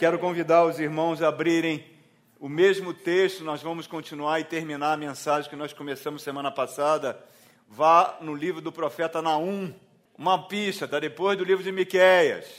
quero convidar os irmãos a abrirem o mesmo texto. Nós vamos continuar e terminar a mensagem que nós começamos semana passada. Vá no livro do profeta Naum. Uma pista, está depois do livro de Miqueias.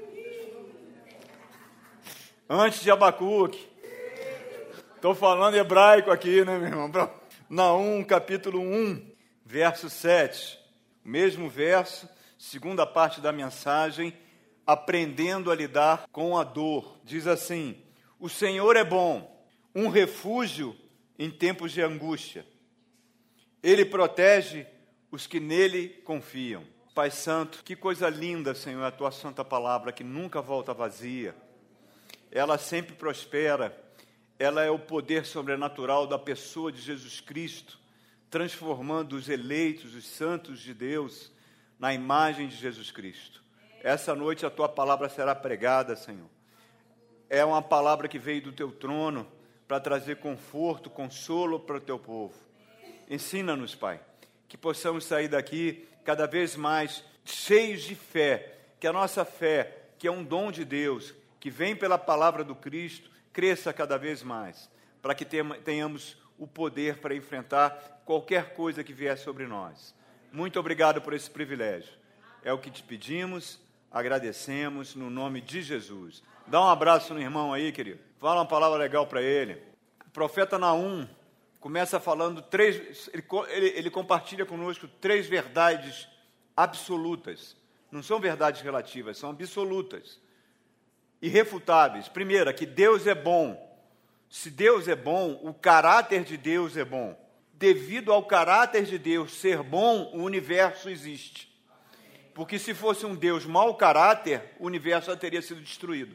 Antes de Abacuque. Estou falando hebraico aqui, né, meu irmão? Naum, capítulo 1, verso 7. O mesmo verso, segunda parte da mensagem, aprendendo a lidar com a dor. Diz assim: o Senhor é bom, um refúgio em tempos de angústia. Ele protege os que nele confiam. Pai Santo, que coisa linda, Senhor, a Tua santa palavra, que nunca volta vazia. Ela sempre prospera. Ela é o poder sobrenatural da pessoa de Jesus Cristo, transformando os eleitos, os santos de Deus, na imagem de Jesus Cristo. Essa noite a Tua palavra será pregada, Senhor. É uma palavra que veio do Teu trono para trazer conforto, consolo para o Teu povo. Ensina-nos, Pai, que possamos sair daqui cada vez mais cheios de fé, que a nossa fé, que é um dom de Deus, que vem pela palavra do Cristo, cresça cada vez mais, para que tenhamos o poder para enfrentar qualquer coisa que vier sobre nós. Muito obrigado por esse privilégio. É o que te pedimos, agradecemos no nome de Jesus. Dá um abraço no irmão aí, querido. Fala uma palavra legal para ele. O profeta Naum começa falando ele compartilha conosco 3 verdades absolutas. Não são verdades relativas, são absolutas, irrefutáveis. Primeira, que Deus é bom. Se Deus é bom, o caráter de Deus é bom. Devido ao caráter de Deus ser bom, o universo existe. Porque se fosse um Deus mau caráter, o universo já teria sido destruído.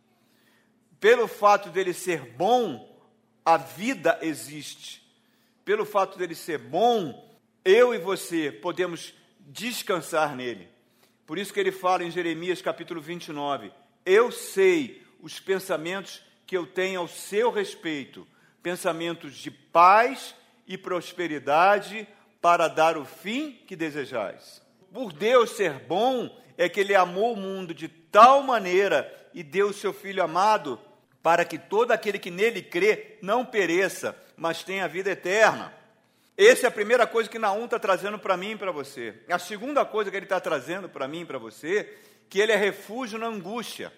Pelo fato dele ser bom, a vida existe. Pelo fato dele ser bom, eu e você podemos descansar nele. Por isso que ele fala em Jeremias capítulo 29, eu sei os pensamentos que eu tenho ao seu respeito, pensamentos de paz e prosperidade para dar o fim que desejais. Por Deus ser bom, é que Ele amou o mundo de tal maneira e deu o seu Filho amado para que todo aquele que nele crê não pereça, mas tenha vida eterna. Essa é a primeira coisa que Naum está trazendo para mim e para você. A segunda coisa que ele está trazendo para mim e para você, que ele é refúgio na angústia.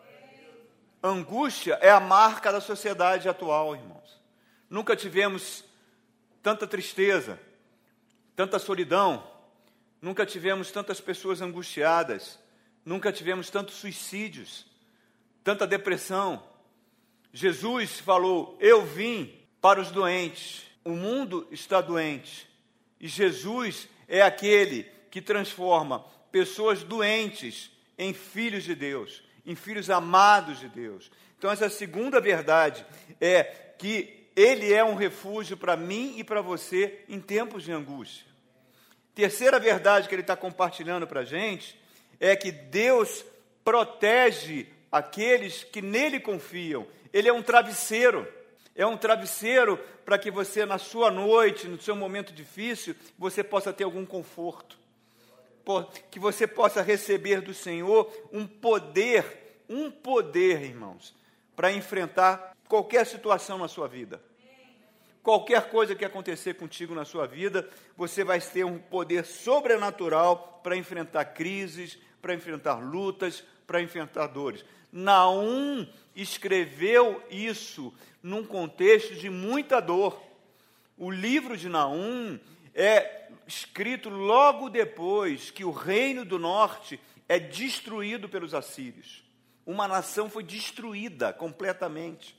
Angústia é a marca da sociedade atual, irmãos. Nunca tivemos tanta tristeza, tanta solidão, nunca tivemos tantas pessoas angustiadas, nunca tivemos tantos suicídios, tanta depressão. Jesus falou, eu vim para os doentes, o mundo está doente, e Jesus é aquele que transforma pessoas doentes em filhos de Deus, em filhos amados de Deus. Então essa segunda verdade é que Ele é um refúgio para mim e para você em tempos de angústia. Terceira verdade que ele está compartilhando para a gente é que Deus protege aqueles que nele confiam. Ele é um travesseiro para que você, na sua noite, no seu momento difícil, você possa ter algum conforto, que você possa receber do Senhor um poder, irmãos, para enfrentar qualquer situação na sua vida. Qualquer coisa que acontecer contigo na sua vida, você vai ter um poder sobrenatural para enfrentar crises, para enfrentar lutas, para enfrentar dores. Naum escreveu isso num contexto de muita dor. O livro de Naum é escrito logo depois que o reino do norte é destruído pelos assírios. Uma nação foi destruída completamente.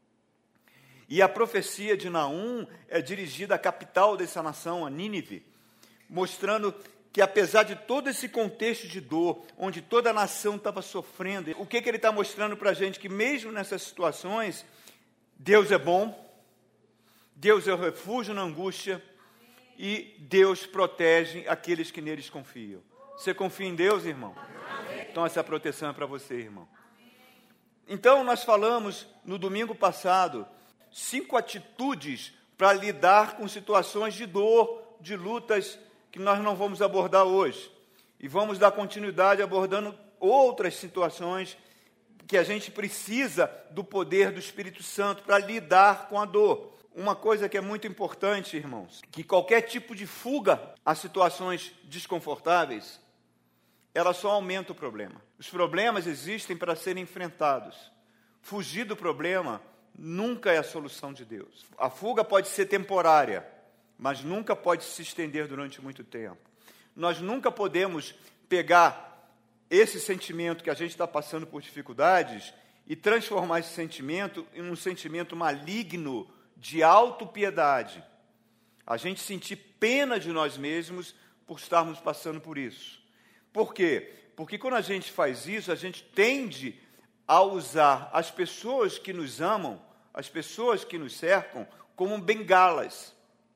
E a profecia de Naum é dirigida à capital dessa nação, a Nínive, mostrando que apesar de todo esse contexto de dor, onde toda a nação estava sofrendo, o que ele está mostrando para a gente? Que mesmo nessas situações, Deus é bom, Deus é o refúgio na angústia, e Deus protege aqueles que neles confiam. Você confia em Deus, irmão? Então essa proteção é para você, irmão. Então nós falamos no domingo passado 5 atitudes para lidar com situações de dor, de lutas, que nós não vamos abordar hoje. E vamos dar continuidade abordando outras situações que a gente precisa do poder do Espírito Santo para lidar com a dor. Uma coisa que é muito importante, irmãos, que qualquer tipo de fuga a situações desconfortáveis, ela só aumenta o problema. Os problemas existem para serem enfrentados. Fugir do problema nunca é a solução de Deus. A fuga pode ser temporária, mas nunca pode se estender durante muito tempo. Nós nunca podemos pegar esse sentimento que a gente está passando por dificuldades e transformar esse sentimento em um sentimento maligno de autopiedade. A gente sentir pena de nós mesmos por estarmos passando por isso. Por quê? Porque quando a gente faz isso, a gente tende a usar as pessoas que nos amam, as pessoas que nos cercam, como bengalas.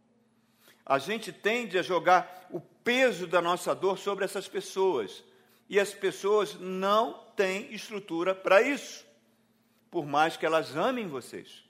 A gente tende a jogar o peso da nossa dor sobre essas pessoas. E as pessoas não têm estrutura para isso, por mais que elas amem vocês.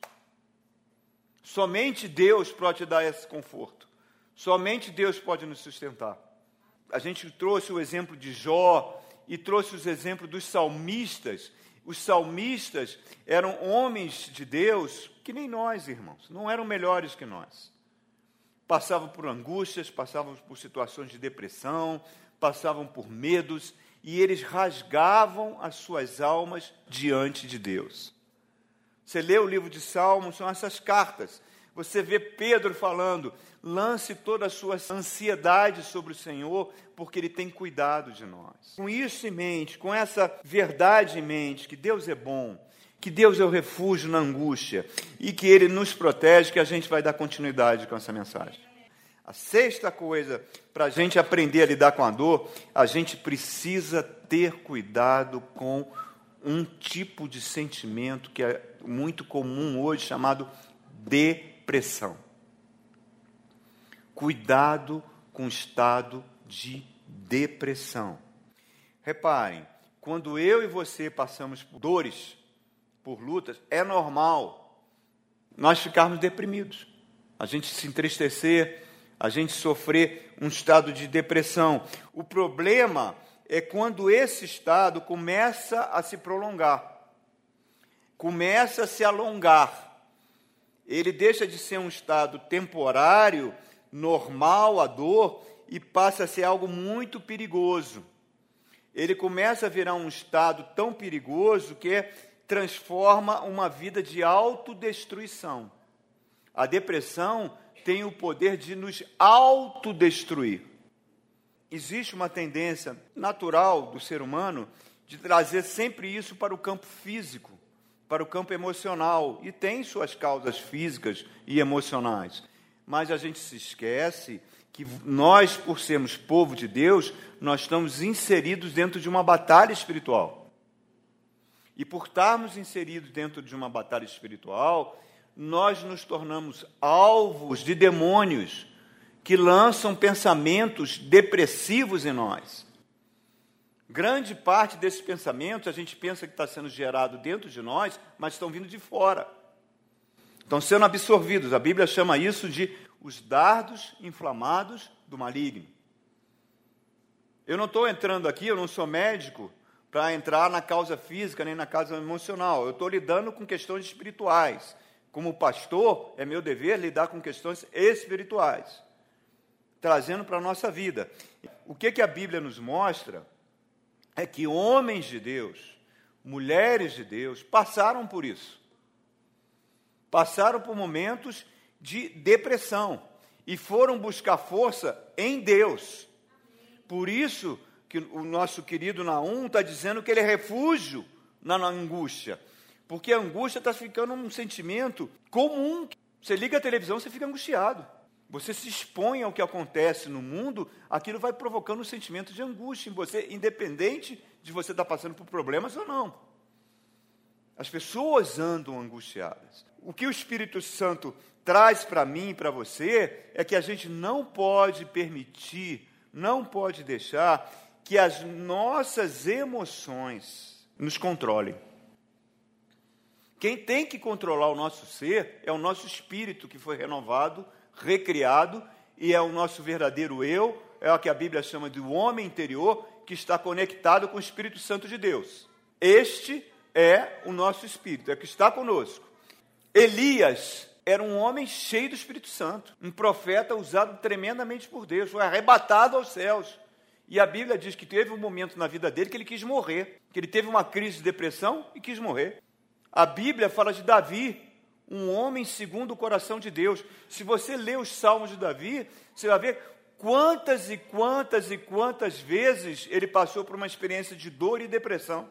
Somente Deus pode te dar esse conforto. Somente Deus pode nos sustentar. A gente trouxe o exemplo de Jó e trouxe os exemplos dos salmistas. Os salmistas eram homens de Deus que nem nós, irmãos, não eram melhores que nós. Passavam por angústias, passavam por situações de depressão, passavam por medos, e eles rasgavam as suas almas diante de Deus. Você lê o livro de Salmos, são essas cartas. Você vê Pedro falando, lance toda a sua ansiedade sobre o Senhor, porque Ele tem cuidado de nós. Com isso em mente, com essa verdade em mente, que Deus é bom, que Deus é o refúgio na angústia, e que Ele nos protege, que a gente vai dar continuidade com essa mensagem. A sexta coisa, para a gente aprender a lidar com a dor, a gente precisa ter cuidado com um tipo de sentimento que é muito comum hoje, chamado depressão. Cuidado com o estado de depressão. Reparem, quando eu e você passamos por dores, por lutas, é normal nós ficarmos deprimidos. A gente se entristecer, a gente sofrer um estado de depressão. O problema é quando esse estado começa a se prolongar, começa a se alongar. Ele deixa de ser um estado temporário, normal, a dor, e passa a ser algo muito perigoso. Ele começa a virar um estado tão perigoso que transforma uma vida de autodestruição. A depressão tem o poder de nos autodestruir. Existe uma tendência natural do ser humano de trazer sempre isso para o campo físico, para o campo emocional, e tem suas causas físicas e emocionais. Mas a gente se esquece que nós, por sermos povo de Deus, nós estamos inseridos dentro de uma batalha espiritual. E por estarmos inseridos dentro de uma batalha espiritual, nós nos tornamos alvos de demônios que lançam pensamentos depressivos em nós. Grande parte desses pensamentos a gente pensa que está sendo gerado dentro de nós, mas estão vindo de fora. Estão sendo absorvidos. A Bíblia chama isso de os dardos inflamados do maligno. Eu não estou entrando aqui, eu não sou médico, para entrar na causa física nem na causa emocional. Eu estou lidando com questões espirituais. Como pastor, é meu dever lidar com questões espirituais, trazendo para a nossa vida. O que a Bíblia nos mostra é que homens de Deus, mulheres de Deus, passaram por isso. Passaram por momentos de depressão e foram buscar força em Deus. Por isso que o nosso querido Naum está dizendo que ele é refúgio na angústia. Porque a angústia está ficando um sentimento comum. Você liga a televisão, você fica angustiado. Você se expõe ao que acontece no mundo, aquilo vai provocando um sentimento de angústia em você, independente de você estar passando por problemas ou não. As pessoas andam angustiadas. O que o Espírito Santo traz para mim e para você é que a gente não pode permitir, não pode deixar que as nossas emoções nos controlem. Quem tem que controlar o nosso ser é o nosso espírito que foi renovado, recriado, e é o nosso verdadeiro eu, é o que a Bíblia chama de o homem interior, que está conectado com o Espírito Santo de Deus. Este é o nosso espírito, é o que está conosco. Elias era um homem cheio do Espírito Santo, um profeta usado tremendamente por Deus, foi arrebatado aos céus. E a Bíblia diz que teve um momento na vida dele que ele quis morrer, que ele teve uma crise de depressão e quis morrer. A Bíblia fala de Davi, um homem segundo o coração de Deus. Se você ler os salmos de Davi, você vai ver quantas e quantas e quantas vezes ele passou por uma experiência de dor e depressão.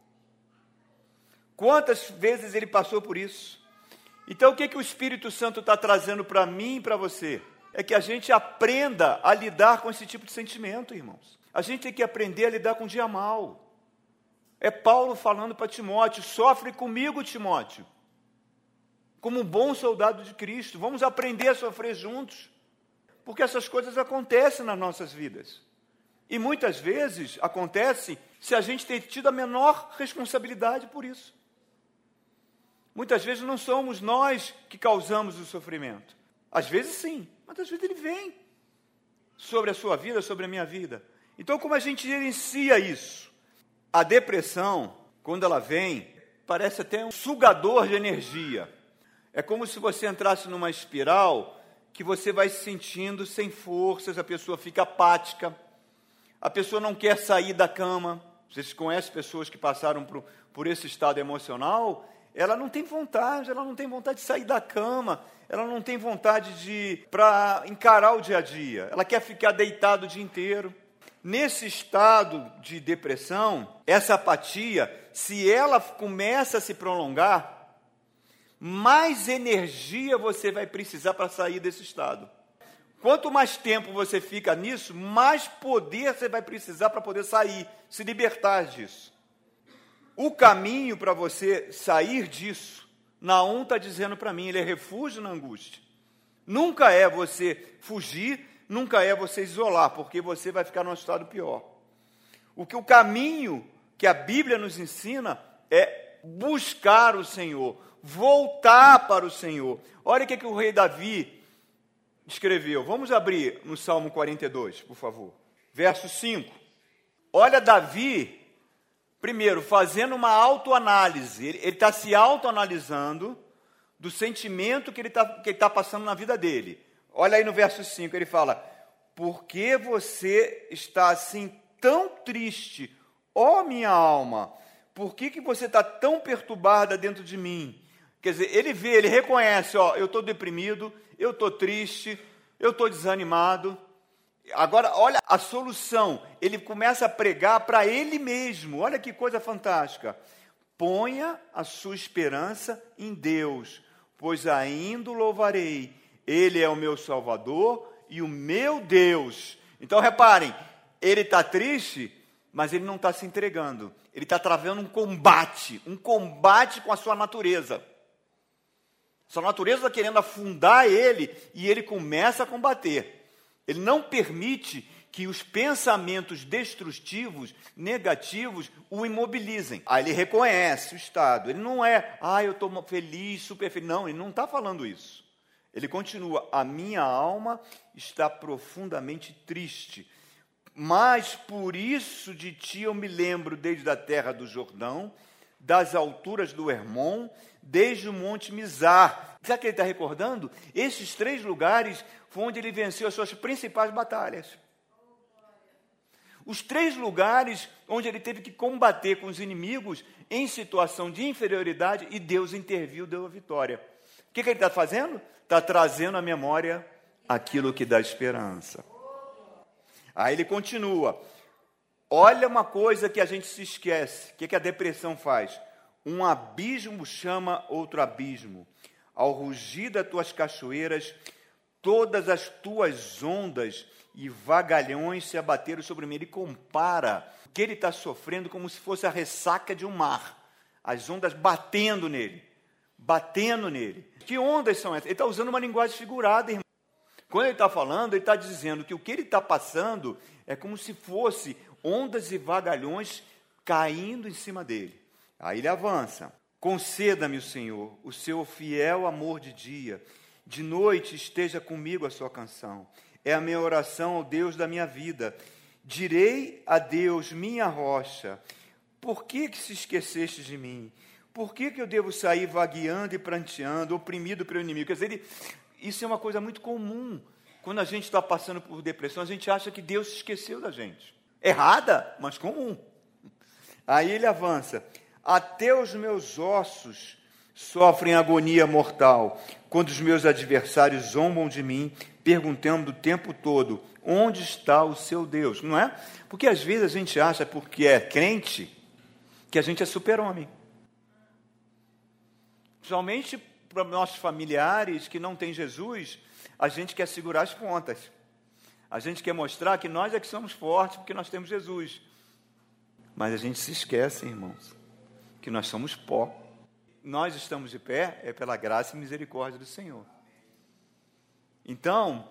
Quantas vezes ele passou por isso. Então, o que o Espírito Santo está trazendo para mim e para você? É que a gente aprenda a lidar com esse tipo de sentimento, irmãos. A gente tem que aprender a lidar com o dia mal. É Paulo falando para Timóteo, sofre comigo, Timóteo, como um bom soldado de Cristo. Vamos aprender a sofrer juntos, porque essas coisas acontecem nas nossas vidas. E muitas vezes acontece se a gente tem tido a menor responsabilidade por isso. Muitas vezes não somos nós que causamos o sofrimento. Às vezes sim, mas às vezes ele vem sobre a sua vida, sobre a minha vida. Então, como a gente gerencia isso? A depressão, quando ela vem, parece até um sugador de energia. É como se você entrasse numa espiral que você vai se sentindo sem forças, a pessoa fica apática, a pessoa não quer sair da cama. Vocês conhecem pessoas que passaram por esse estado emocional? Ela não tem vontade de sair da cama, ela não tem vontade para encarar o dia a dia, ela quer ficar deitada o dia inteiro. Nesse estado de depressão, essa apatia, se ela começa a se prolongar, mais energia você vai precisar para sair desse estado. Quanto mais tempo você fica nisso, mais poder você vai precisar para poder sair, se libertar disso. O caminho para você sair disso, Naum está dizendo para mim, ele é refúgio na angústia. Nunca é você fugir, nunca é você isolar, porque você vai ficar num estado pior. O caminho que a Bíblia nos ensina é buscar o Senhor, voltar para o Senhor. Olha o que o rei Davi escreveu. Vamos abrir no Salmo 42, por favor. Verso 5. Olha Davi, primeiro, fazendo uma autoanálise. Ele está se autoanalisando do sentimento que ele está passando na vida dele. Olha aí no verso 5, ele fala, por que você está assim tão triste, ó minha alma? Por que você está tão perturbada dentro de mim? Quer dizer, ele reconhece, eu estou deprimido, eu estou triste, eu estou desanimado. Agora, olha a solução, ele começa a pregar para ele mesmo, olha que coisa fantástica. Ponha a sua esperança em Deus, pois ainda o louvarei. Ele é o meu Salvador e o meu Deus. Então, reparem, ele está triste, mas ele não está se entregando. Ele está travando um combate com a sua natureza. Sua natureza está querendo afundar ele e ele começa a combater. Ele não permite que os pensamentos destrutivos, negativos, o imobilizem. Aí ele reconhece o estado. Ele não é, eu estou feliz, super feliz. Não, ele não está falando isso. Ele continua, a minha alma está profundamente triste, mas por isso de ti eu me lembro desde a terra do Jordão, das alturas do Hermon, desde o monte Mizar. Sabe o que ele está recordando? Esses 3 lugares foi onde ele venceu as suas principais batalhas. Os 3 lugares onde ele teve que combater com os inimigos em situação de inferioridade e Deus interviu, deu a vitória. O que ele está fazendo? Está trazendo à memória aquilo que dá esperança. Aí ele continua. Olha uma coisa que a gente se esquece. O que a depressão faz? Um abismo chama outro abismo. Ao rugir das tuas cachoeiras, todas as tuas ondas e vagalhões se abateram sobre mim. Ele compara o que ele está sofrendo como se fosse a ressaca de um mar. As ondas batendo nele. Que ondas são essas? Ele está usando uma linguagem figurada, irmão. Quando ele está falando, ele está dizendo que o que ele está passando é como se fosse ondas e vagalhões caindo em cima dele. Aí ele avança. Conceda-me, o Senhor, o seu fiel amor de dia. De noite esteja comigo a sua canção. É a minha oração ao Deus da minha vida. Direi a Deus, minha rocha, Por que se esqueceste de mim? Por que eu devo sair vagueando e pranteando, oprimido pelo inimigo? Quer dizer, isso é uma coisa muito comum. Quando a gente está passando por depressão, a gente acha que Deus se esqueceu da gente. Errada, mas comum. Aí ele avança. Até os meus ossos sofrem agonia mortal, quando os meus adversários zombam de mim, perguntando o tempo todo, onde está o seu Deus? Não é? Porque às vezes a gente acha, porque é crente, que a gente é super-homem. Principalmente para nossos familiares que não têm Jesus, a gente quer segurar as pontas. A gente quer mostrar que nós é que somos fortes porque nós temos Jesus. Mas a gente se esquece, irmãos, que nós somos pó. Nós estamos de pé é pela graça e misericórdia do Senhor. Então,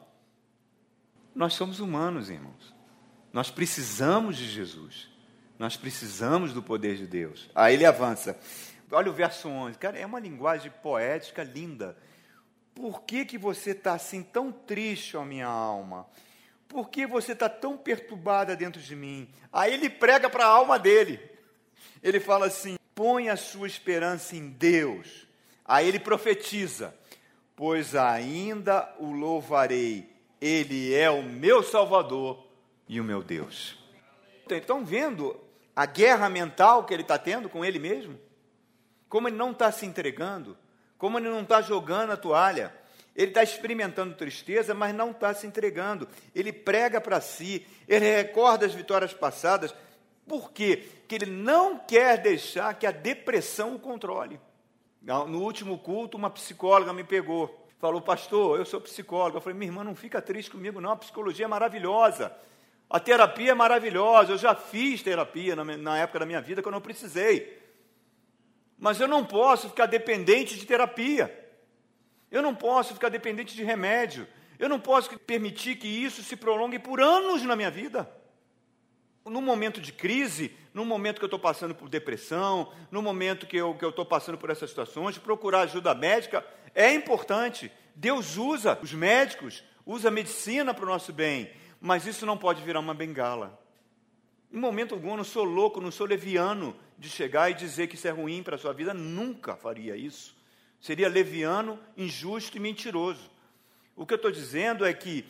nós somos humanos, irmãos. Nós precisamos de Jesus. Nós precisamos do poder de Deus. Aí ele avança. Olha o verso 11. Cara, é uma linguagem poética linda. Por que você está assim tão triste, ó minha alma? Por que você está tão perturbada dentro de mim? Aí ele prega para a alma dele. Ele fala assim, põe a sua esperança em Deus. Aí ele profetiza, pois ainda o louvarei. Ele é o meu Salvador e o meu Deus. Estão vendo a guerra mental que ele está tendo com ele mesmo? Como ele não está se entregando, como ele não está jogando a toalha. Ele está experimentando tristeza, mas não está se entregando. Ele prega para si, ele recorda as vitórias passadas. Por quê? Porque ele não quer deixar que a depressão o controle. No último culto, uma psicóloga me pegou. Falou, pastor, eu sou psicóloga. Eu falei, minha irmã, não fica triste comigo, não. A psicologia é maravilhosa. A terapia é maravilhosa. Eu já fiz terapia na época da minha vida que eu não precisei. Mas eu não posso ficar dependente de terapia. Eu não posso ficar dependente de remédio. Eu não posso permitir que isso se prolongue por anos na minha vida. No momento de crise, no momento que eu estou passando por depressão, no momento que eu estou passando por essas situações, procurar ajuda médica é importante. Deus usa os médicos, usa a medicina para o nosso bem, mas isso não pode virar uma bengala. Em momento algum, eu não sou louco, não sou leviano de chegar e dizer que isso é ruim para a sua vida, nunca faria isso. Seria leviano, injusto e mentiroso. O que eu estou dizendo é que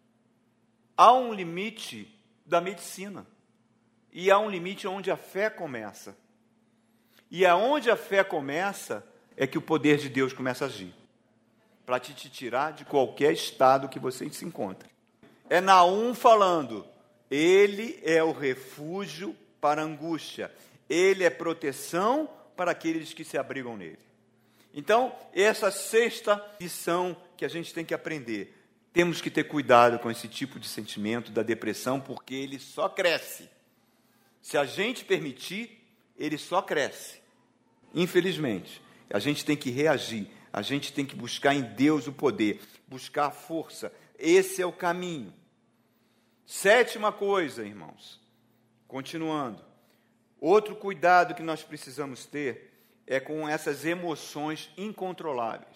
há um limite da medicina. E há um limite onde a fé começa. E aonde a fé começa é que o poder de Deus começa a agir. Para te tirar de qualquer estado que você se encontre. É Naum falando, ele é o refúgio para a angústia. Ele é proteção para aqueles que se abrigam nele. Então, essa sexta lição que a gente tem que aprender. Temos que ter cuidado com esse tipo de sentimento da depressão, porque ele só cresce. Se a gente permitir, ele só cresce. Infelizmente, a gente tem que reagir, a gente tem que buscar em Deus o poder, buscar a força. Esse é o caminho. Sétima coisa, irmãos, continuando. Outro cuidado que nós precisamos ter é com essas emoções incontroláveis.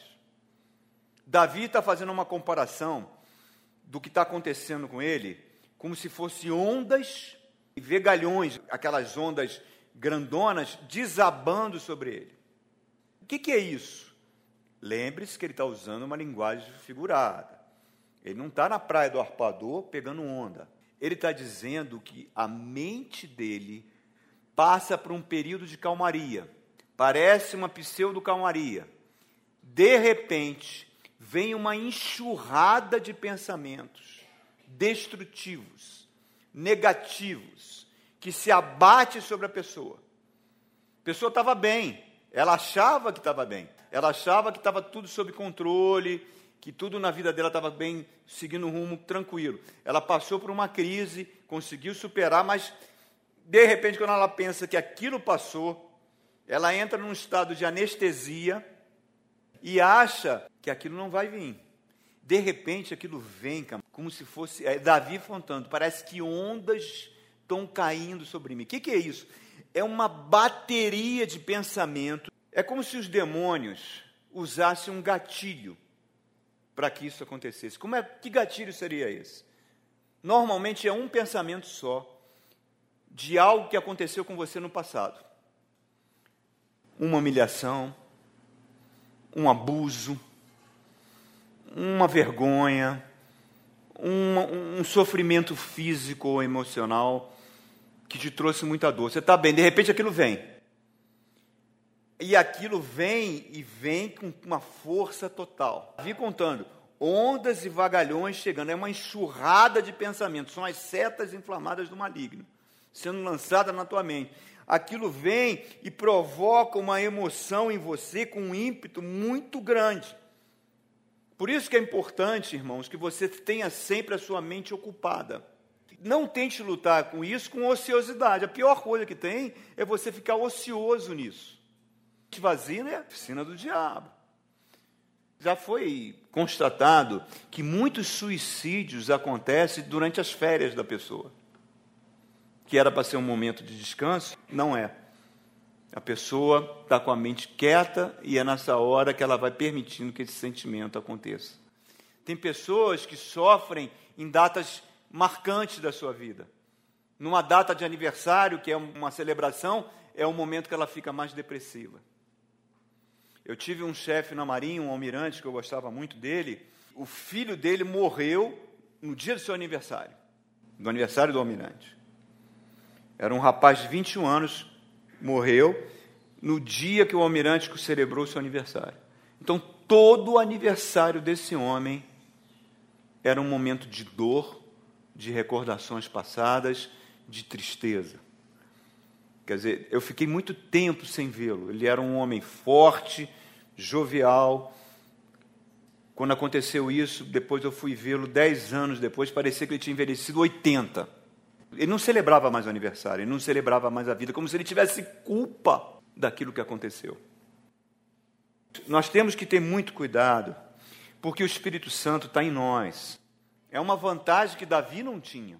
Davi está fazendo uma comparação do que está acontecendo com ele, como se fossem ondas e vegalhões, aquelas ondas grandonas desabando sobre ele. O que é isso? Lembre-se que ele está usando uma linguagem figurada. Ele não está na praia do Arpoador pegando onda. Ele está dizendo que a mente dele passa por um período de calmaria. Parece uma pseudo-calmaria. De repente, vem uma enxurrada de pensamentos destrutivos, negativos, que se abate sobre a pessoa. A pessoa estava bem, ela achava que estava bem, ela achava que estava tudo sob controle, que tudo na vida dela estava bem, seguindo um rumo tranquilo. Ela passou por uma crise, conseguiu superar, mas, de repente, quando ela pensa que aquilo passou, ela entra num estado de anestesia e acha que aquilo não vai vir. De repente, aquilo vem, como se fosse Davi contando, parece que ondas estão caindo sobre mim. O que é isso? É uma bateria de pensamento. É como se os demônios usassem um gatilho para que isso acontecesse. Que gatilho seria esse? Normalmente é um pensamento só, de algo que aconteceu com você no passado. Uma humilhação, um abuso, uma vergonha, um sofrimento físico ou emocional que te trouxe muita dor. Você está bem, de repente aquilo vem. E aquilo vem com uma força total. Vi contando, ondas e vagalhões chegando, é uma enxurrada de pensamentos, são as setas inflamadas do maligno, sendo lançadas na tua mente. Aquilo vem e provoca uma emoção em você com um ímpeto muito grande. Por isso que é importante, irmãos, que você tenha sempre a sua mente ocupada. Não tente lutar com isso com ociosidade. A pior coisa que tem é você ficar ocioso nisso. Vazio é a oficina do diabo. Já foi constatado que muitos suicídios acontecem durante as férias da pessoa. Que era para ser um momento de descanso, não é. A pessoa está com a mente quieta e é nessa hora que ela vai permitindo que esse sentimento aconteça. Tem pessoas que sofrem em datas marcantes da sua vida. Numa data de aniversário, que é uma celebração, é o momento que ela fica mais depressiva. Eu tive um chefe na Marinha, um almirante, que eu gostava muito dele. O filho dele morreu no dia do seu aniversário, do aniversário do almirante. Era um rapaz de 21 anos, morreu no dia que o almirante celebrou o seu aniversário. Então, todo o aniversário desse homem era um momento de dor, de recordações passadas, de tristeza. Quer dizer, eu fiquei muito tempo sem vê-lo. Ele era um homem forte, jovial. Quando aconteceu isso, depois eu fui vê-lo 10 anos depois, parecia que ele tinha envelhecido 80. Ele não celebrava mais o aniversário, ele não celebrava mais a vida, como se ele tivesse culpa daquilo que aconteceu. Nós temos que ter muito cuidado, porque o Espírito Santo está em nós. É uma vantagem que Davi não tinha.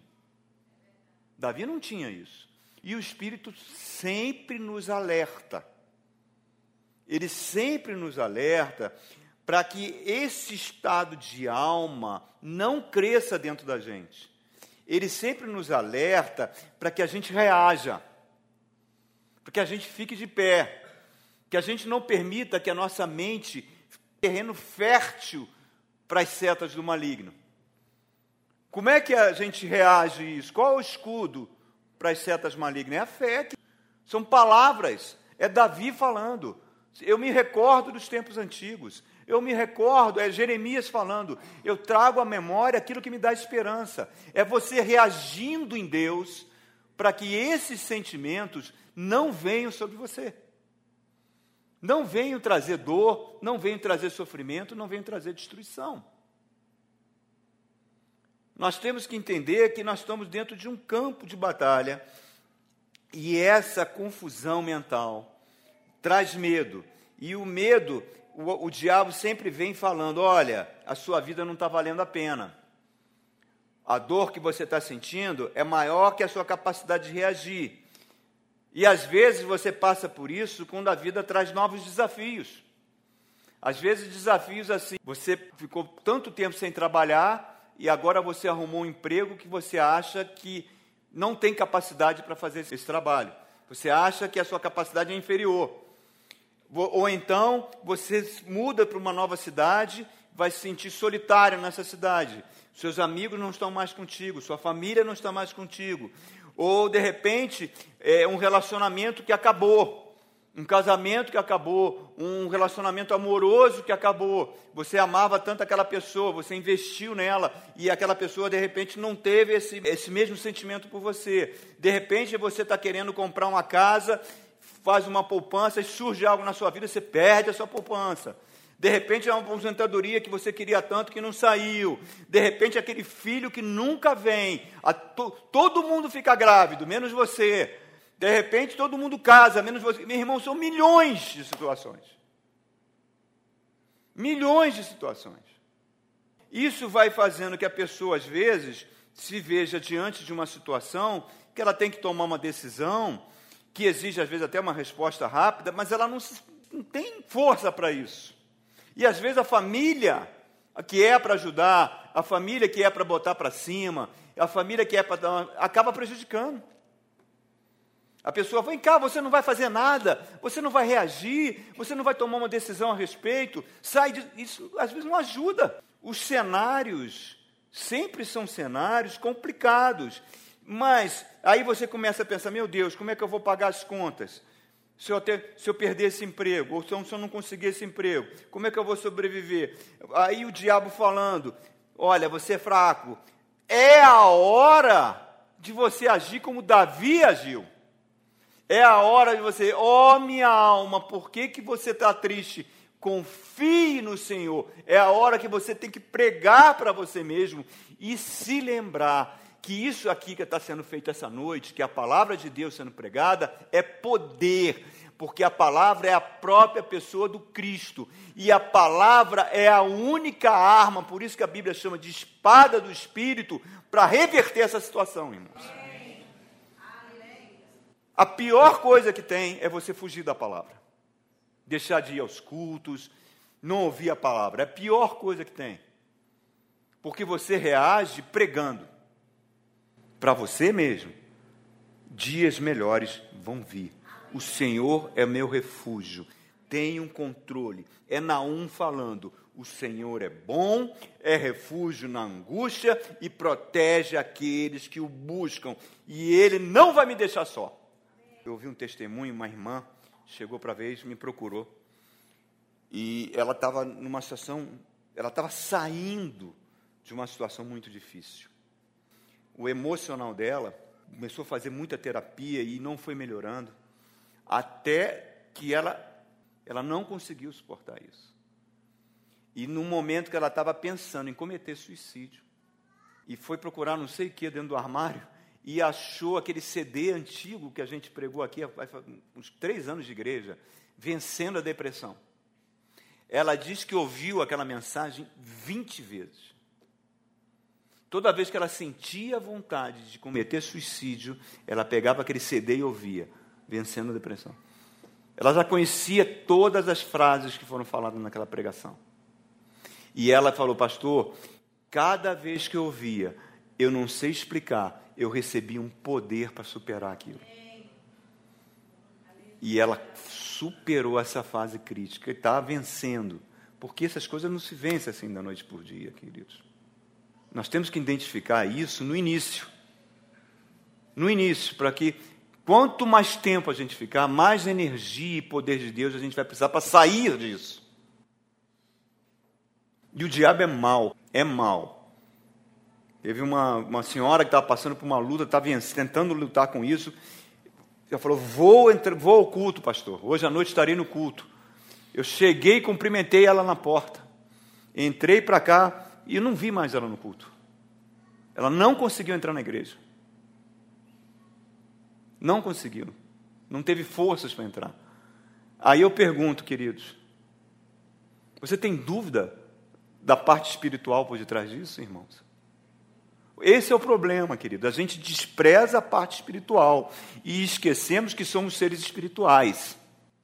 Davi não tinha isso. E o Espírito sempre nos alerta. Ele sempre nos alerta para que esse estado de alma não cresça dentro da gente. Ele sempre nos alerta para que a gente reaja, para que a gente fique de pé, que a gente não permita que a nossa mente seja terreno fértil para as setas do maligno. Como é que a gente reage a isso? Qual é o escudo para as setas malignas? É a fé. São palavras, é Davi falando. Eu me recordo dos tempos antigos. Eu me recordo, é Jeremias falando, eu trago à memória aquilo que me dá esperança. É você reagindo em Deus para que esses sentimentos não venham sobre você. Não venham trazer dor, não venham trazer sofrimento, não venham trazer destruição. Nós temos que entender que nós estamos dentro de um campo de batalha e essa confusão mental traz medo. E o medo, o diabo sempre vem falando, olha, a sua vida não está valendo a pena. A dor que você está sentindo é maior que a sua capacidade de reagir. E às vezes você passa por isso quando a vida traz novos desafios. Às vezes desafios assim, você ficou tanto tempo sem trabalhar e agora você arrumou um emprego que você acha que não tem capacidade para fazer esse trabalho. Você acha que a sua capacidade é inferior. Ou então, você muda para uma nova cidade, vai se sentir solitário nessa cidade. Seus amigos não estão mais contigo, sua família não está mais contigo. Ou, de repente, um relacionamento que acabou. Um casamento que acabou, um relacionamento amoroso que acabou. Você amava tanto aquela pessoa, você investiu nela, e aquela pessoa, de repente, não teve esse mesmo sentimento por você. De repente, você está querendo comprar uma casa, faz uma poupança e surge algo na sua vida, você perde a sua poupança. De repente, é uma aposentadoria que você queria tanto que não saiu. De repente, aquele filho que nunca vem. Todo mundo fica grávido, menos você. De repente, todo mundo casa, menos você. Meu irmão, são milhões de situações. Milhões de situações. Isso vai fazendo que a pessoa, às vezes, se veja diante de uma situação que ela tem que tomar uma decisão, que exige, às vezes, até uma resposta rápida, mas ela não tem força para isso. E, às vezes, a família que é para ajudar, a família que é para botar para cima, a família que é para dar, acaba prejudicando. A pessoa, vem cá, você não vai fazer nada, você não vai reagir, você não vai tomar uma decisão a respeito, sai disso. Isso às vezes não ajuda. Os cenários sempre são cenários complicados, mas aí você começa a pensar, meu Deus, como é que eu vou pagar as contas? Se eu perder esse emprego, ou se eu não conseguir esse emprego, como é que eu vou sobreviver? Aí o diabo falando, olha, você é fraco, é a hora de você agir como Davi agiu. É a hora de você, minha alma, por que você está triste? Confie no Senhor. É a hora que você tem que pregar para você mesmo e se lembrar que isso aqui que está sendo feito essa noite, que a palavra de Deus sendo pregada, é poder, porque a palavra é a própria pessoa do Cristo, e a palavra é a única arma, por isso que a Bíblia chama de espada do Espírito, para reverter essa situação, irmãos. A pior coisa que tem é você fugir da palavra. Deixar de ir aos cultos, não ouvir a palavra. É a pior coisa que tem. Porque você reage pregando. Para você mesmo, dias melhores vão vir. O Senhor é meu refúgio. Tenha um controle. É Naum falando. O Senhor é bom, é refúgio na angústia e protege aqueles que o buscam. E Ele não vai me deixar só. Eu ouvi um testemunho, uma irmã chegou para a vez, me procurou, e ela estava numa situação, ela estava saindo de uma situação muito difícil. O emocional dela começou a fazer muita terapia e não foi melhorando, até que ela não conseguiu suportar isso. E no momento que ela estava pensando em cometer suicídio, e foi procurar não sei o que dentro do armário, e achou aquele CD antigo que a gente pregou aqui há uns 3 anos de igreja, Vencendo a Depressão. Ela diz que ouviu aquela mensagem 20 vezes. Toda vez que ela sentia vontade de cometer suicídio, ela pegava aquele CD e ouvia, Vencendo a Depressão. Ela já conhecia todas as frases que foram faladas naquela pregação. E ela falou, pastor, cada vez que eu ouvia, eu não sei explicar, eu recebi um poder para superar aquilo. E ela superou essa fase crítica e está vencendo. Porque essas coisas não se vencem assim da noite por dia, queridos. Nós temos que identificar isso no início. No início, para que quanto mais tempo a gente ficar, mais energia e poder de Deus a gente vai precisar para sair disso. E o diabo é mau, é mau. Teve uma senhora que estava passando por uma luta, estava tentando lutar com isso. Ela falou, vou ao culto, pastor. Hoje à noite estarei no culto. Eu cheguei e cumprimentei ela na porta. Entrei para cá e eu não vi mais ela no culto. Ela não conseguiu entrar na igreja. Não conseguiu. Não teve forças para entrar. Aí eu pergunto, queridos, você tem dúvida da parte espiritual por detrás disso, irmãos? Esse é o problema, querido. A gente despreza a parte espiritual e esquecemos que somos seres espirituais.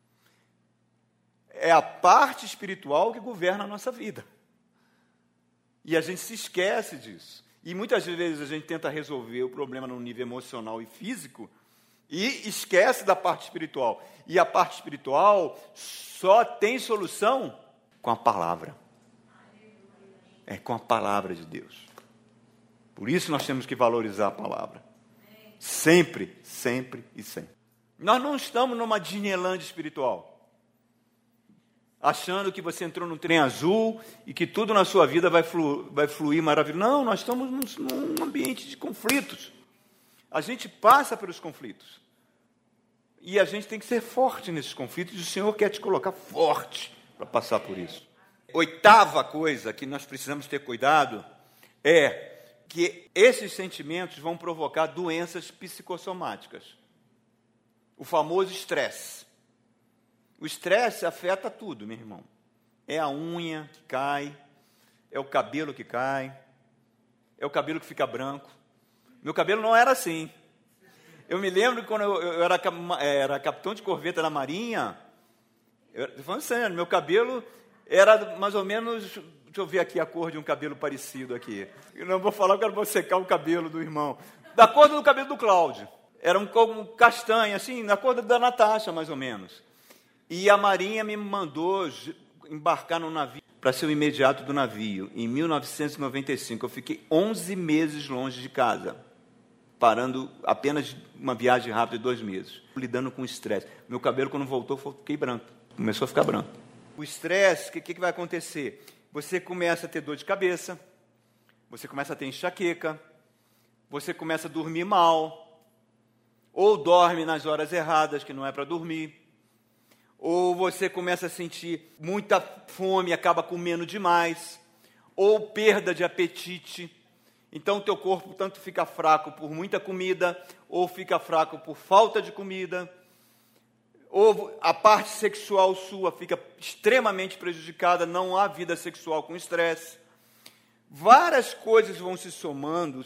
É a parte espiritual que governa a nossa vida. E a gente se esquece disso. E muitas vezes a gente tenta resolver o problema no nível emocional e físico e esquece da parte espiritual. E a parte espiritual só tem solução com a palavra. É com a palavra de Deus. Por isso nós temos que valorizar a palavra. Sempre, sempre e sempre. Nós não estamos numa Disneylândia espiritual, achando que você entrou no trem azul e que tudo na sua vida vai fluir maravilhoso. Não, nós estamos num ambiente de conflitos. A gente passa pelos conflitos. E a gente tem que ser forte nesses conflitos, e o Senhor quer te colocar forte para passar por isso. 8ª coisa que nós precisamos ter cuidado é que esses sentimentos vão provocar doenças psicossomáticas. O famoso estresse. O estresse afeta tudo, meu irmão. É a unha que cai, é o cabelo que cai, é o cabelo que fica branco. Meu cabelo não era assim. Eu me lembro que quando eu era capitão de corveta na Marinha, estou falando sério, meu cabelo era mais ou menos... Deixa eu ver aqui a cor de um cabelo parecido aqui. Eu não vou falar, porque eu vou secar o cabelo do irmão. Da cor do cabelo do Cláudio. eram como castanha, assim, na cor da Natasha, mais ou menos. E a Marinha me mandou embarcar no navio para ser o imediato do navio. Em 1995, eu fiquei 11 meses longe de casa, parando apenas uma viagem rápida de 2 meses, lidando com estresse. Meu cabelo, quando voltou, fiquei branco. Começou a ficar branco. O estresse, o que vai acontecer? Você começa a ter dor de cabeça, você começa a ter enxaqueca, você começa a dormir mal, ou dorme nas horas erradas, que não é para dormir, ou você começa a sentir muita fome, acaba comendo demais, ou perda de apetite. Então, o teu corpo tanto fica fraco por muita comida, ou fica fraco por falta de comida, ou a parte sexual sua fica extremamente prejudicada, não há vida sexual com estresse. Várias coisas vão se somando,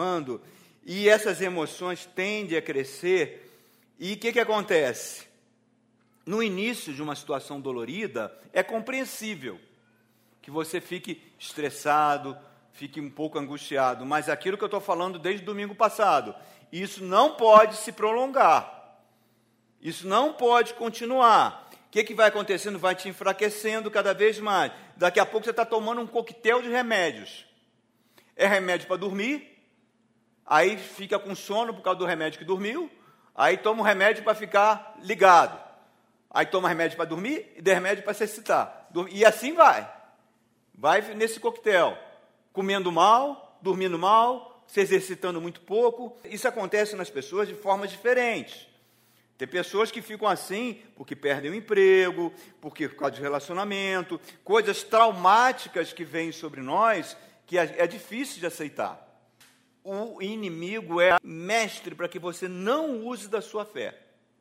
e essas emoções tendem a crescer. E o que acontece? No início de uma situação dolorida, é compreensível que você fique estressado, fique um pouco angustiado, mas aquilo que eu estou falando desde domingo passado, isso não pode se prolongar, isso não pode continuar. O que vai acontecendo? Vai te enfraquecendo cada vez mais. Daqui a pouco você está tomando um coquetel de remédios. É remédio para dormir, aí fica com sono por causa do remédio que dormiu, aí toma um remédio para ficar ligado. Aí toma remédio para dormir e dá remédio para se excitar. E assim vai. Vai nesse coquetel. Comendo mal, dormindo mal, se exercitando muito pouco. Isso acontece nas pessoas de formas diferentes. Tem pessoas que ficam assim porque perdem o emprego, por causa de relacionamento, coisas traumáticas que vêm sobre nós que é difícil de aceitar. O inimigo é mestre para que você não use da sua fé,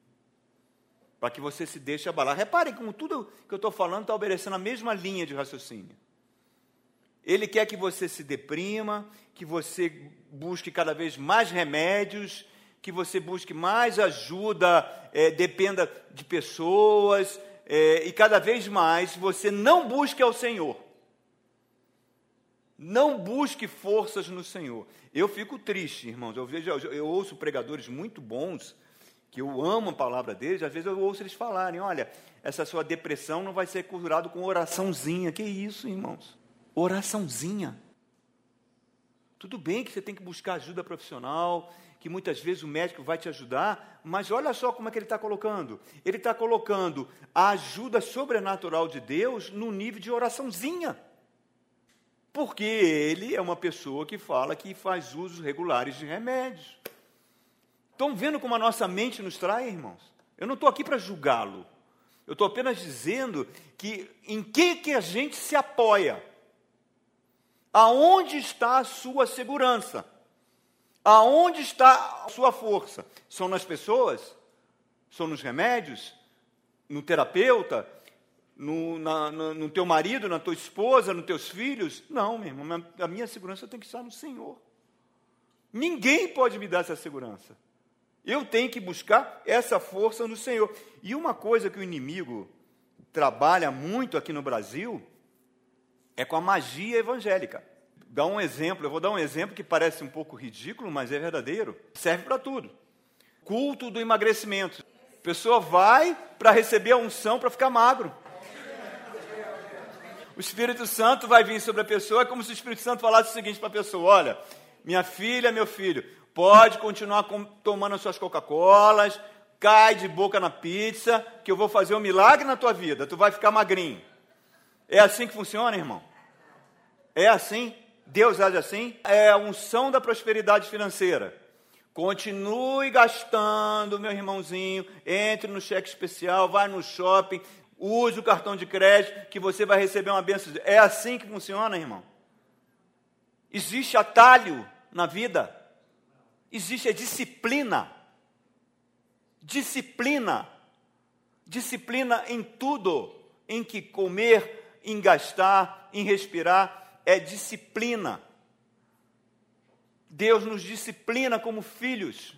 para que você se deixe abalar. Reparem como tudo que eu estou falando está obedecendo a mesma linha de raciocínio. Ele quer que você se deprima, que você busque cada vez mais remédios, que você busque mais ajuda, dependa de pessoas, e cada vez mais você não busque ao Senhor. Não busque forças no Senhor. Eu fico triste, irmãos. Eu ouço pregadores muito bons, que eu amo a palavra deles, às vezes eu ouço eles falarem, olha, essa sua depressão não vai ser curada com oraçãozinha. Que isso, irmãos? Oraçãozinha. Tudo bem que você tem que buscar ajuda profissional, que muitas vezes o médico vai te ajudar, mas olha só como é que ele está colocando. Ele está colocando a ajuda sobrenatural de Deus no nível de oraçãozinha. Porque ele é uma pessoa que fala que faz usos regulares de remédios. Estão vendo como a nossa mente nos trai, irmãos? Eu não estou aqui para julgá-lo. Eu estou apenas dizendo que em que a gente se apoia. Aonde está a sua segurança? Aonde está a sua força? São nas pessoas? São nos remédios? No terapeuta? No teu marido, na tua esposa, nos teus filhos? Não, meu irmão, a minha segurança tem que estar no Senhor. Ninguém pode me dar essa segurança. Eu tenho que buscar essa força no Senhor. E uma coisa que o inimigo trabalha muito aqui no Brasil é com a magia evangélica. Eu vou dar um exemplo que parece um pouco ridículo, mas é verdadeiro. Serve para tudo. Culto do emagrecimento. A pessoa vai para receber a unção para ficar magro. O Espírito Santo vai vir sobre a pessoa, é como se o Espírito Santo falasse o seguinte para a pessoa, olha, minha filha, meu filho, pode continuar tomando as suas Coca-Colas, cai de boca na pizza, que eu vou fazer um milagre na tua vida, tu vai ficar magrinho. É assim que funciona, irmão? É assim? Deus age assim? É a unção da prosperidade financeira. Continue gastando, meu irmãozinho, entre no cheque especial, vai no shopping, use o cartão de crédito, que você vai receber uma bênção. É assim que funciona, irmão? Existe atalho na vida? Existe a disciplina. Disciplina. Disciplina em tudo. Em que comer, em gastar, em respirar. É disciplina. Deus nos disciplina como filhos.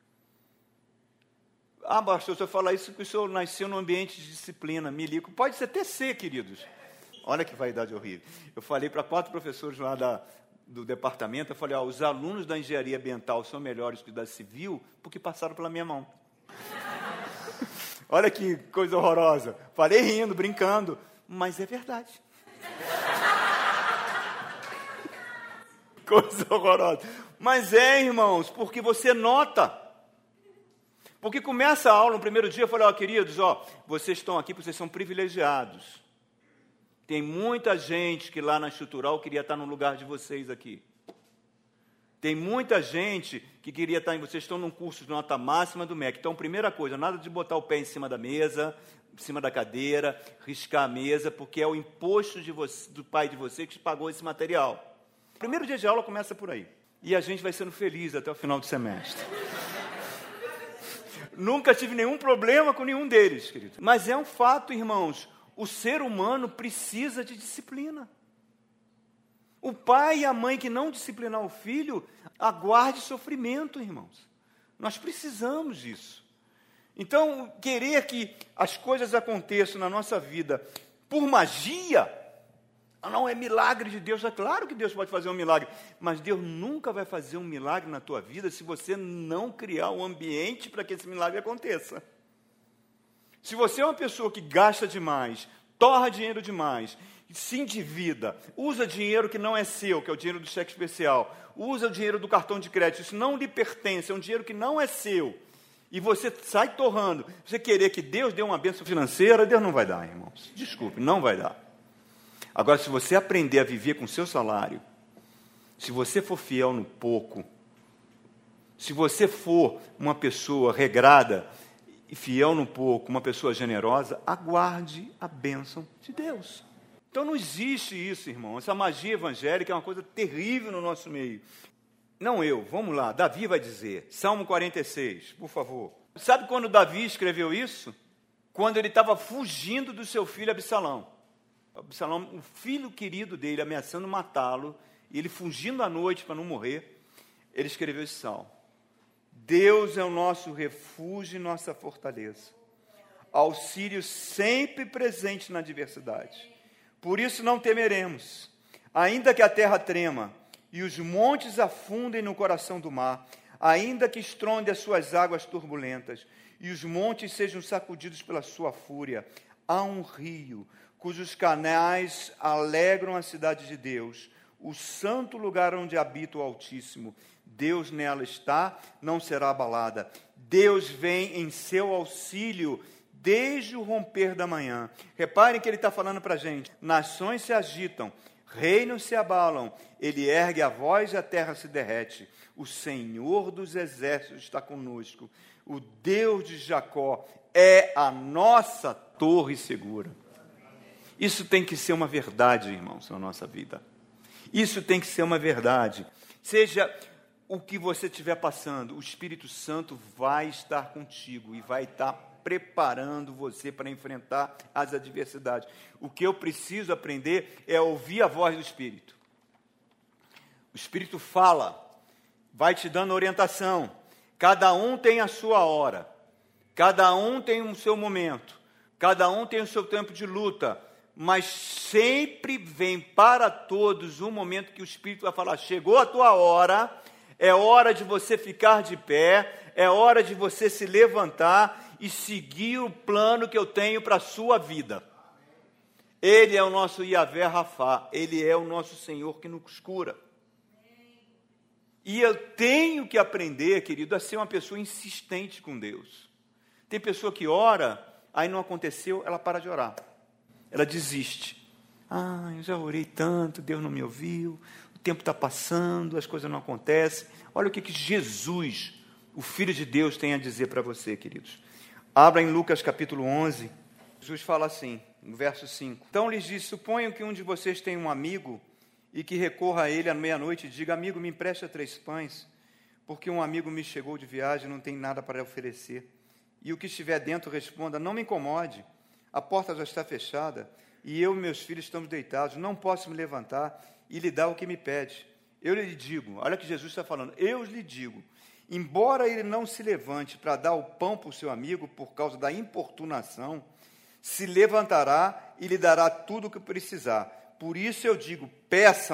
Ah, pastor, o senhor fala isso que o senhor nasceu num ambiente de disciplina, milico. Pode ser até ser, queridos. Olha que vaidade horrível. Eu falei para 4 professores lá do departamento, eu falei, os alunos da engenharia ambiental são melhores que da civil porque passaram pela minha mão. Olha que coisa horrorosa. Falei rindo, brincando, mas é verdade. Coisa horrorosa. Mas irmãos, porque você nota. Porque começa a aula, no primeiro dia, eu falei, queridos, vocês estão aqui porque vocês são privilegiados. Tem muita gente que lá na estrutural queria estar no lugar de vocês aqui. Tem muita gente que queria estar, vocês estão num curso de nota máxima do MEC. Então, primeira coisa, nada de botar o pé em cima da mesa, em cima da cadeira, riscar a mesa, porque é o imposto do pai de você que pagou esse material. O primeiro dia de aula começa por aí. E a gente vai sendo feliz até o final do semestre. Nunca tive nenhum problema com nenhum deles, querido. Mas é um fato, irmãos, o ser humano precisa de disciplina. O pai e a mãe que não disciplinar o filho, aguarde sofrimento, irmãos. Nós precisamos disso. Então, querer que as coisas aconteçam na nossa vida por magia, não é milagre de Deus. É claro que Deus pode fazer um milagre, mas Deus nunca vai fazer um milagre na tua vida se você não criar um ambiente para que esse milagre aconteça. Se você é uma pessoa que gasta demais, torra dinheiro demais, se endivida, usa dinheiro que não é seu, que é o dinheiro do cheque especial, usa o dinheiro do cartão de crédito, isso não lhe pertence, é um dinheiro que não é seu, e você sai torrando, você querer que Deus dê uma bênção financeira, Deus não vai dar, irmãos, desculpe, não vai dar. Agora, se você aprender a viver com o seu salário, se você for fiel no pouco, se você for uma pessoa regrada e fiel no pouco, uma pessoa generosa, aguarde a bênção de Deus. Então não existe isso, irmão. Essa magia evangélica é uma coisa terrível no nosso meio. Não eu, vamos lá, Davi vai dizer, Salmo 46, por favor. Sabe quando Davi escreveu isso? Quando ele estava fugindo do seu filho Absalão. Absalão, o filho querido dele, ameaçando matá-lo, e ele fugindo à noite para não morrer, ele escreveu esse salmo. Deus é o nosso refúgio e nossa fortaleza, auxílio sempre presente na adversidade. Por isso não temeremos, ainda que a terra trema e os montes afundem no coração do mar, ainda que estronde as suas águas turbulentas e os montes sejam sacudidos pela sua fúria. Há um rio cujos canais alegram a cidade de Deus, o santo lugar onde habita o Altíssimo. Deus nela está, não será abalada. Deus vem em seu auxílio desde o romper da manhã. Reparem que ele está falando para a gente. Nações se agitam, reinos se abalam, ele ergue a voz e a terra se derrete. O Senhor dos exércitos está conosco. O Deus de Jacó é a nossa torre segura. Isso tem que ser uma verdade, irmãos, na nossa vida. Isso tem que ser uma verdade. Seja o que você estiver passando, o Espírito Santo vai estar contigo e vai estar preparando você para enfrentar as adversidades. O que eu preciso aprender é ouvir a voz do Espírito. O Espírito fala, vai te dando orientação. Cada um tem a sua hora, cada um tem o seu momento, cada um tem o seu tempo de luta, mas sempre vem para todos um momento que o Espírito vai falar, chegou a tua hora, é hora de você ficar de pé, é hora de você se levantar e seguir o plano que eu tenho para a sua vida. Ele é o nosso Yahvé Rafá, Ele é o nosso Senhor que nos cura. E eu tenho que aprender, querido, a ser uma pessoa insistente com Deus. Tem pessoa que ora, aí não aconteceu, ela para de orar. Ela desiste. Eu já orei tanto, Deus não me ouviu, o tempo está passando, as coisas não acontecem. Olha o que Jesus, o Filho de Deus, tem a dizer para você, queridos. Abra em Lucas capítulo 11, Jesus fala assim, no verso 5. Então lhes disse, suponham que um de vocês tem um amigo e que recorra a ele à meia-noite e diga, amigo, me empresta 3 pães, porque um amigo me chegou de viagem e não tem nada para oferecer. E o que estiver dentro responda, não me incomode, a porta já está fechada e eu e meus filhos estamos deitados, não posso me levantar e lhe dar o que me pede. Eu lhe digo, olha o que Jesus está falando, eu lhe digo, embora ele não se levante para dar o pão para o seu amigo por causa da importunação, se levantará e lhe dará tudo o que precisar. Por isso eu digo, peçam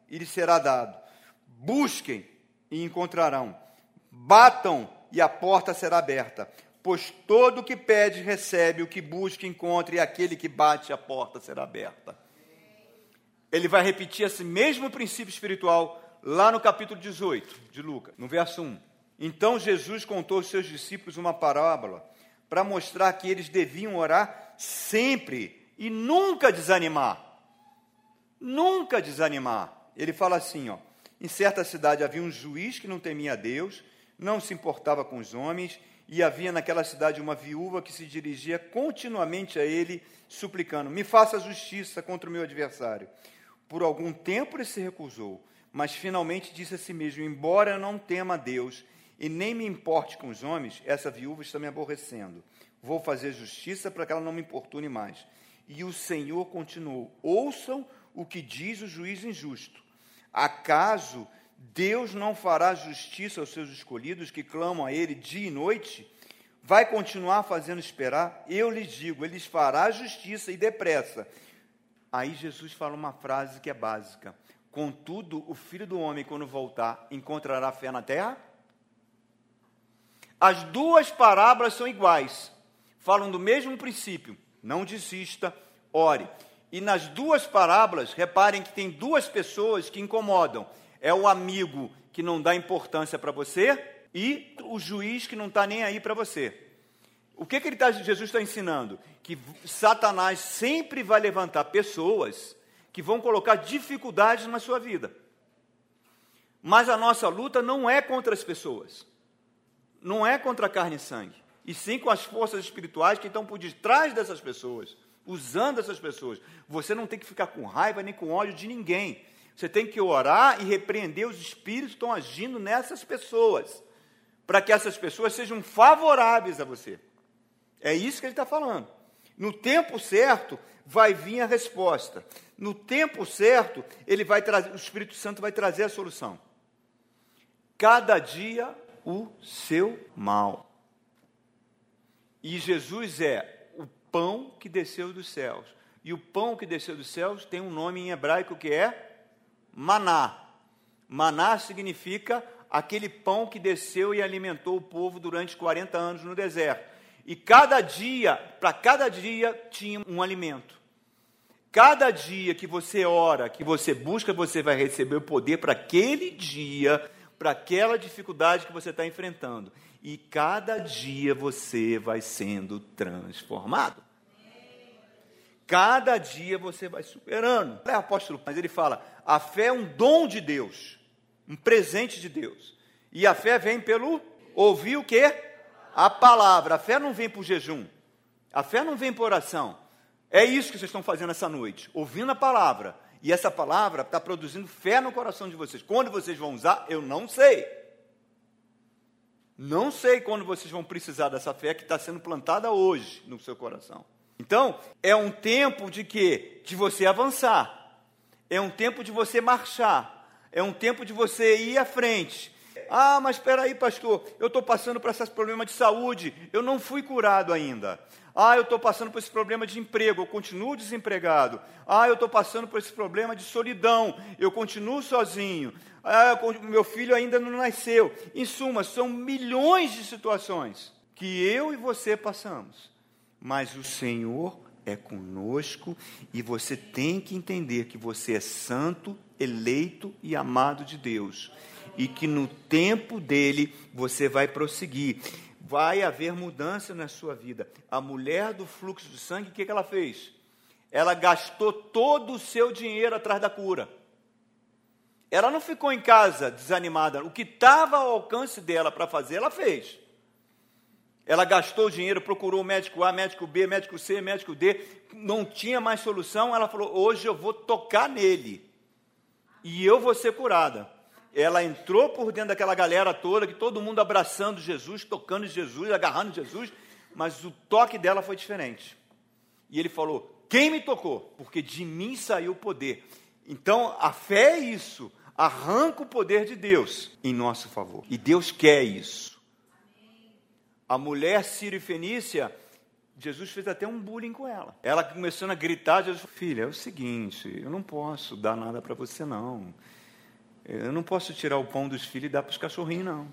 e lhes será dado. Busquem e encontrarão. Batam e a porta será aberta. Pois todo o que pede recebe, o que busca encontra, e aquele que bate a porta será aberta. Ele vai repetir esse mesmo princípio espiritual lá no capítulo 18 de Lucas, no verso 1. Então Jesus contou aos seus discípulos uma parábola para mostrar que eles deviam orar sempre e nunca desanimar. Nunca desanimar. Ele fala assim, ó: em certa cidade havia um juiz que não temia a Deus, não se importava com os homens, e havia naquela cidade uma viúva que se dirigia continuamente a ele, suplicando: me faça justiça contra o meu adversário. Por algum tempo ele se recusou, mas finalmente disse a si mesmo: embora eu não tema a Deus e nem me importe com os homens, essa viúva está me aborrecendo. Vou fazer justiça para que ela não me importune mais. E o Senhor continuou: ouçam o que diz o juiz injusto. Acaso Deus não fará justiça aos seus escolhidos que clamam a Ele dia e noite? Vai continuar fazendo esperar? Eu lhes digo, Ele lhes fará justiça e depressa. Aí Jesus fala uma frase que é básica: contudo, o Filho do Homem, quando voltar, encontrará fé na terra? As duas parábolas são iguais, falam do mesmo princípio: não desista, ore. E nas duas parábolas, reparem que tem duas pessoas que incomodam. É o amigo que não dá importância para você e o juiz que não está nem aí para você. O que Jesus está ensinando? Que Satanás sempre vai levantar pessoas que vão colocar dificuldades na sua vida. Mas a nossa luta não é contra as pessoas, não é contra a carne e sangue, e sim com as forças espirituais que estão por detrás dessas pessoas, usando essas pessoas. Você não tem que ficar com raiva nem com ódio de ninguém. Você tem que orar e repreender os espíritos que estão agindo nessas pessoas, para que essas pessoas sejam favoráveis a você. É isso que ele está falando. No tempo certo, vai vir a resposta. No tempo certo, o Espírito Santo vai trazer a solução. Cada dia, o seu mal. E Jesus é o pão que desceu dos céus. E o pão que desceu dos céus tem um nome em hebraico que é maná. Maná significa aquele pão que desceu e alimentou o povo durante 40 anos no deserto. E cada dia, para cada dia, tinha um alimento. Cada dia que você ora, que você busca, você vai receber o poder para aquele dia, para aquela dificuldade que você está enfrentando. E cada dia você vai sendo transformado. Cada dia você vai superando. É o apóstolo, mas ele fala: a fé é um dom de Deus, um presente de Deus. E a fé vem pelo ouvir o quê? A palavra. A fé não vem por jejum. A fé não vem por oração. É isso que vocês estão fazendo essa noite, ouvindo a palavra. E essa palavra está produzindo fé no coração de vocês. Quando vocês vão usar, eu não sei. Não sei quando vocês vão precisar dessa fé que está sendo plantada hoje no seu coração. Então, é um tempo de quê? De você avançar. É um tempo de você marchar. É um tempo de você ir à frente. Ah, mas espera aí, pastor, eu estou passando por esses problemas de saúde, eu não fui curado ainda. Ah, eu estou passando por esse problema de emprego, eu continuo desempregado. Ah, eu estou passando por esse problema de solidão, eu continuo sozinho. Ah, meu filho ainda não nasceu. Em suma, são milhões de situações que eu e você passamos. Mas o Senhor é conosco e você tem que entender que você é santo, eleito e amado de Deus. E que no tempo dele você vai prosseguir. Vai haver mudança na sua vida. A mulher do fluxo de sangue, o que ela fez? Ela gastou todo o seu dinheiro atrás da cura. Ela não ficou em casa desanimada. O que estava ao alcance dela para fazer, ela fez. Ela gastou o dinheiro, procurou o médico A, médico B, médico C, médico D. Não tinha mais solução. Ela falou: hoje eu vou tocar nele. E eu vou ser curada. Ela entrou por dentro daquela galera toda, que todo mundo abraçando Jesus, tocando Jesus, agarrando Jesus, mas o toque dela foi diferente. E ele falou: quem me tocou? Porque de mim saiu o poder. Então, a fé é isso, arranca o poder de Deus em nosso favor. E Deus quer isso. A mulher sírio-fenícia Jesus fez até um bullying com ela. Ela começando a gritar, Jesus falou, filha, é o seguinte, eu não posso dar nada para você, não. Eu não posso tirar o pão dos filhos e dar para os cachorrinhos, não.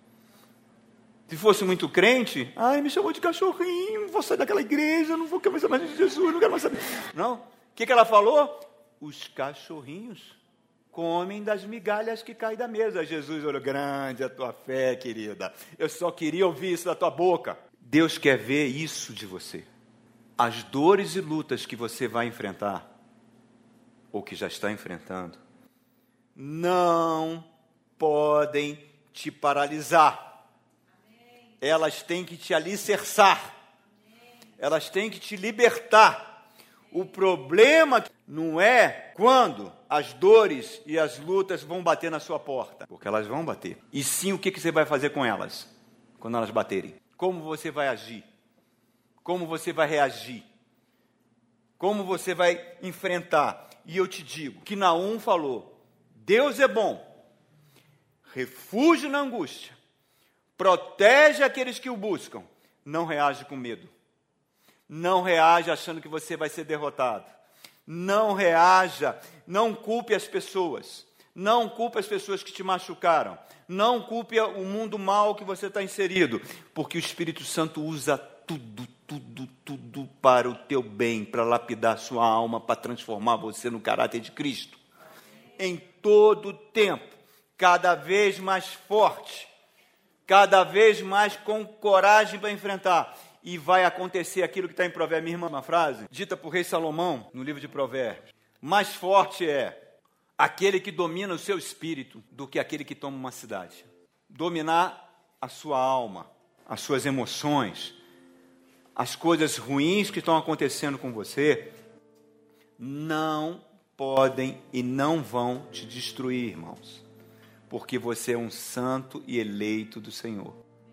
Se fosse muito crente, me chamou de cachorrinho, vou sair daquela igreja, não vou querer mais de Jesus, não quero mais saber. Não. O que ela falou? Os cachorrinhos comem das migalhas que caem da mesa. Jesus olhou, grande a tua fé, querida. Eu só queria ouvir isso da tua boca. Deus quer ver isso de você. As dores e lutas que você vai enfrentar, ou que já está enfrentando, não podem te paralisar. Elas têm que te alicerçar. Elas têm que te libertar. O problema não é quando as dores e as lutas vão bater na sua porta, porque elas vão bater. E sim, o que você vai fazer com elas, quando elas baterem? Como você vai agir? Como você vai reagir? Como você vai enfrentar? E eu te digo que Naum falou, Deus é bom, refúgio na angústia, protege aqueles que o buscam, não reage com medo, não reage achando que você vai ser derrotado, não reaja, não culpe as pessoas, não culpe as pessoas que te machucaram, não culpe o mundo mal que você está inserido, porque o Espírito Santo usa tudo para o teu bem, para lapidar sua alma, para transformar você no caráter de Cristo. Em todo tempo, cada vez mais forte, cada vez mais com coragem para enfrentar. E vai acontecer aquilo que está em Provérbios. Minha irmã, uma frase dita por rei Salomão, no livro de Provérbios. Mais forte é aquele que domina o seu espírito do que aquele que toma uma cidade. Dominar a sua alma, as suas emoções, as coisas ruins que estão acontecendo com você, não podem e não vão te destruir, irmãos, porque você é um santo e eleito do Senhor.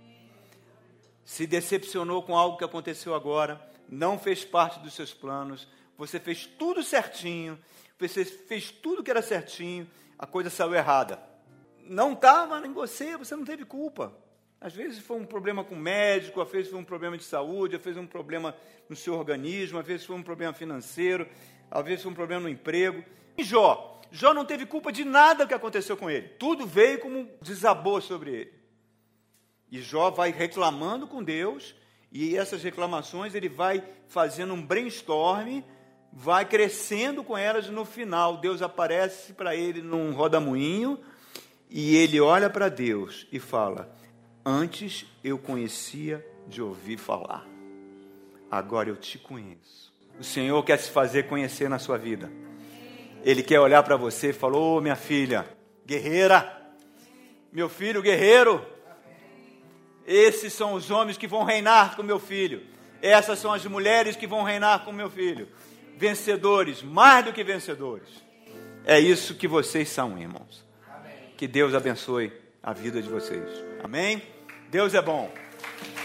Se decepcionou com algo que aconteceu agora, não fez parte dos seus planos, você fez tudo certinho, você fez tudo que era certinho, a coisa saiu errada. Não estava em você não teve culpa. Às vezes foi um problema com o médico, às vezes foi um problema de saúde, às vezes foi um problema no seu organismo, às vezes foi um problema financeiro, às vezes foi um problema no emprego. E Jó não teve culpa de nada que aconteceu com ele. Tudo veio como um desabou sobre ele. E Jó vai reclamando com Deus, e essas reclamações ele vai fazendo um brainstorm, vai crescendo com elas, e no final Deus aparece para ele num rodamuinho, e ele olha para Deus e fala, antes eu conhecia de ouvir falar, agora eu te conheço. O Senhor quer se fazer conhecer na sua vida. Ele quer olhar para você e falar, ô minha filha, guerreira, meu filho guerreiro, esses são os homens que vão reinar com meu filho, essas são as mulheres que vão reinar com meu filho, vencedores, mais do que vencedores. É isso que vocês são, irmãos. Amém. Que Deus abençoe a vida de vocês. Amém? Deus é bom.